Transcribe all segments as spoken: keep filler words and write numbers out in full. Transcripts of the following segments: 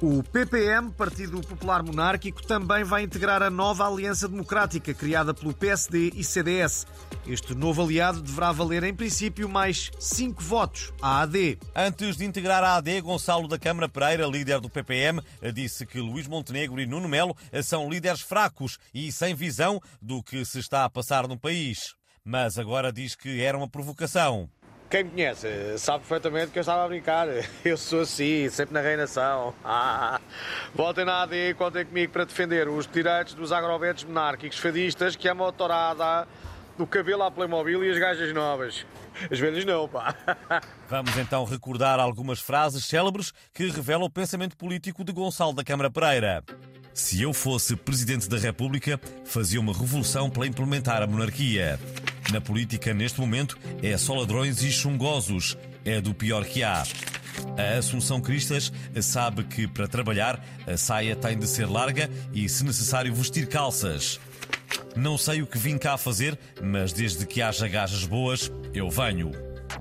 O P P M, Partido Popular Monárquico, também vai integrar a nova Aliança Democrática criada pelo P S D e C D S. Este novo aliado deverá valer, em princípio, mais cinco votos à A D. Antes de integrar a A D, Gonçalo da Câmara Pereira, líder do P P M, disse que Luís Montenegro e Nuno Melo são líderes fracos e sem visão do que se está a passar no país. Mas agora diz que era uma provocação. Quem me conhece sabe perfeitamente que eu estava a brincar. Eu sou assim, sempre na reinação. Ah, voltem na A D e contem comigo para defender os direitos dos agrovetes monárquicos fadistas que amam a tourada, do cabelo à Playmobil e as gajas novas. As velhas não, pá. Vamos então recordar algumas frases célebres que revelam o pensamento político de Gonçalo da Câmara Pereira. Se eu fosse Presidente da República, fazia uma revolução para implementar a monarquia. Na política, neste momento, é só ladrões e chungosos. É do pior que há. A Assunção Cristas sabe que, para trabalhar, a saia tem de ser larga e, se necessário, vestir calças. Não sei o que vim cá fazer, mas desde que haja gajas boas, eu venho.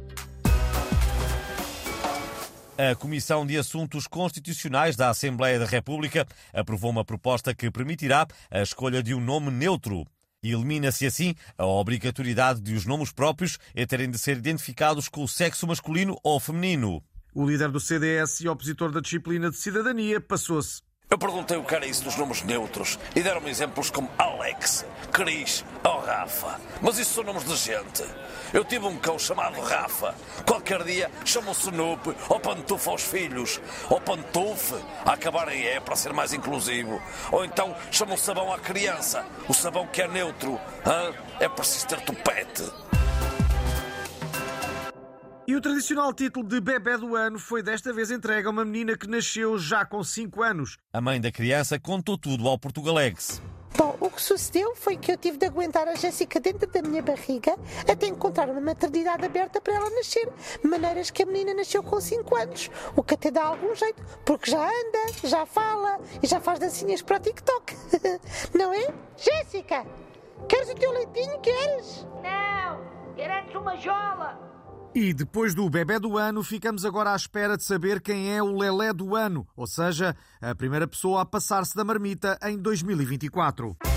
A Comissão de Assuntos Constitucionais da Assembleia da República aprovou uma proposta que permitirá a escolha de um nome neutro. Elimina-se assim a obrigatoriedade de os nomes próprios terem de ser identificados com o sexo masculino ou feminino. O líder do C D S e opositor da disciplina de cidadania passou-se. Eu perguntei o que era isso dos nomes neutros e deram-me exemplos como Alex, Cris ou Rafa. Mas isso são nomes de gente. Eu tive um cão chamado Rafa. Qualquer dia chamam-se Snoop ou Pantufa aos filhos. Ou Pantufe, a acabar em E para ser mais inclusivo. Ou então chamam sabão à criança. O sabão que é neutro. Hã? É preciso ter tupete. E o tradicional título de bebé do ano foi desta vez entregue a uma menina que nasceu já com cinco anos. A mãe da criança contou tudo ao Portugalex. Bom, o que sucedeu foi que eu tive de aguentar a Jéssica dentro da minha barriga até encontrar uma maternidade aberta para ela nascer. Maneiras que a menina nasceu com cinco anos, o que até dá algum jeito, porque já anda, já fala e já faz dancinhas para o TikTok. Não é? Jéssica, queres o teu leitinho, queres? Não, queres uma jola. E depois do bebé do ano, ficamos agora à espera de saber quem é o lelé do ano, ou seja, a primeira pessoa a passar-se da marmita em dois mil e vinte e quatro.